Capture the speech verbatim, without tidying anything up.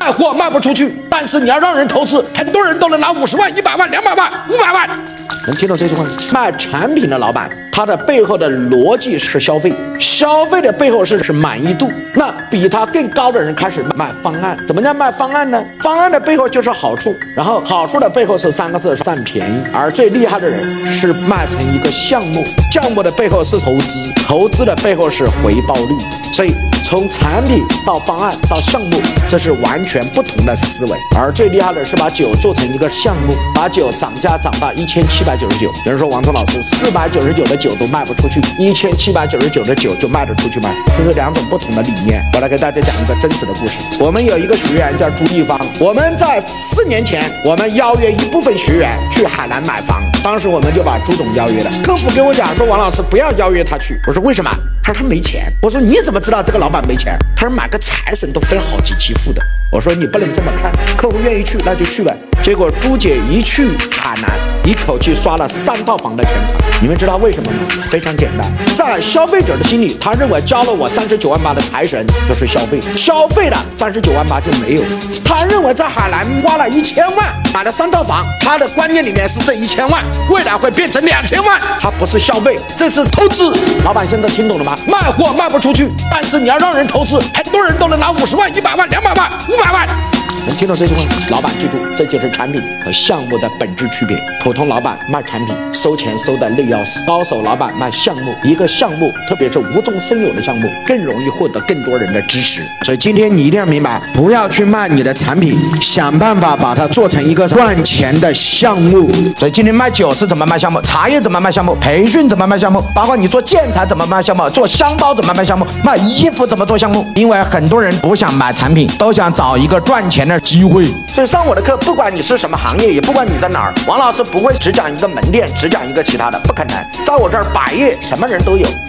卖货卖不出去，但是你要让人投资，很多人都能拿五十万、一百万、两百万、五百万。能听懂这句话吗？卖产品的老板，他的背后的逻辑是消费，消费的背后是是满意度。那比他更高的人开始卖方案。怎么叫卖方案呢？方案的背后就是好处，然后好处的背后是三个字：占便宜。而最厉害的人是卖成一个项目，项目的背后是投资，投资的背后是回报率。所以从产品到方案到项目，这是完全不同的思维。而最厉害的是把酒做成一个项目，把酒涨价涨到一千七百九十九。有人说王彤老师，四百九十九的酒都卖不出去，一千七百九十九的酒就卖得出去吗？这是两种不同的理念。我来给大家讲一个真实的故事。我们有一个学员叫朱一方，我们在四年前，我们邀约一部分学员去海南买房，当时我们就把朱总邀约了。客服跟我讲说，王老师不要邀约他去。我说为什么？他说他没钱。我说你怎么知道这个老板没钱？他说买个财神都分好几期付的。我说你不能这么看，客户愿意去那就去呗。结果朱姐一去海南，一口气刷了三套房的全款。你们知道为什么吗？非常简单，在消费者的心里，他认为交了我三十九万八的财神就是消费，消费了三十九万八就没有。他认为在海南花了一千万买了三套房，他的观念里面是这一千万未来会变成两千万，他不是消费，这是投资。老板现在听懂了吗？卖货卖不出去，但是你要让人投资，很多人都能拿五十万、一百万、两百万、五百万。能听懂这句话吗？老板记住，这就是产品和项目的本质区别。普通老板卖产品，收钱收的累要死；高手老板卖项目，一个项目，特别是无中生有的项目，更容易获得更多人的支持。所以今天你一定要明白，不要去卖你的产品，想办法把它做成一个赚钱的项目。所以今天卖酒是怎么卖项目，茶叶怎么卖项目，培训怎么卖项目，包括你做建材怎么卖项目，做箱包怎么卖项目，卖衣服怎么做项目。因为很多人不想买产品，都想找一个赚钱的机会。所以上我的课，不管你是什么行业，也不管你在哪儿，王老师不会只讲一个门店，只讲一个其他的，不可能。在我这儿百业什么人都有，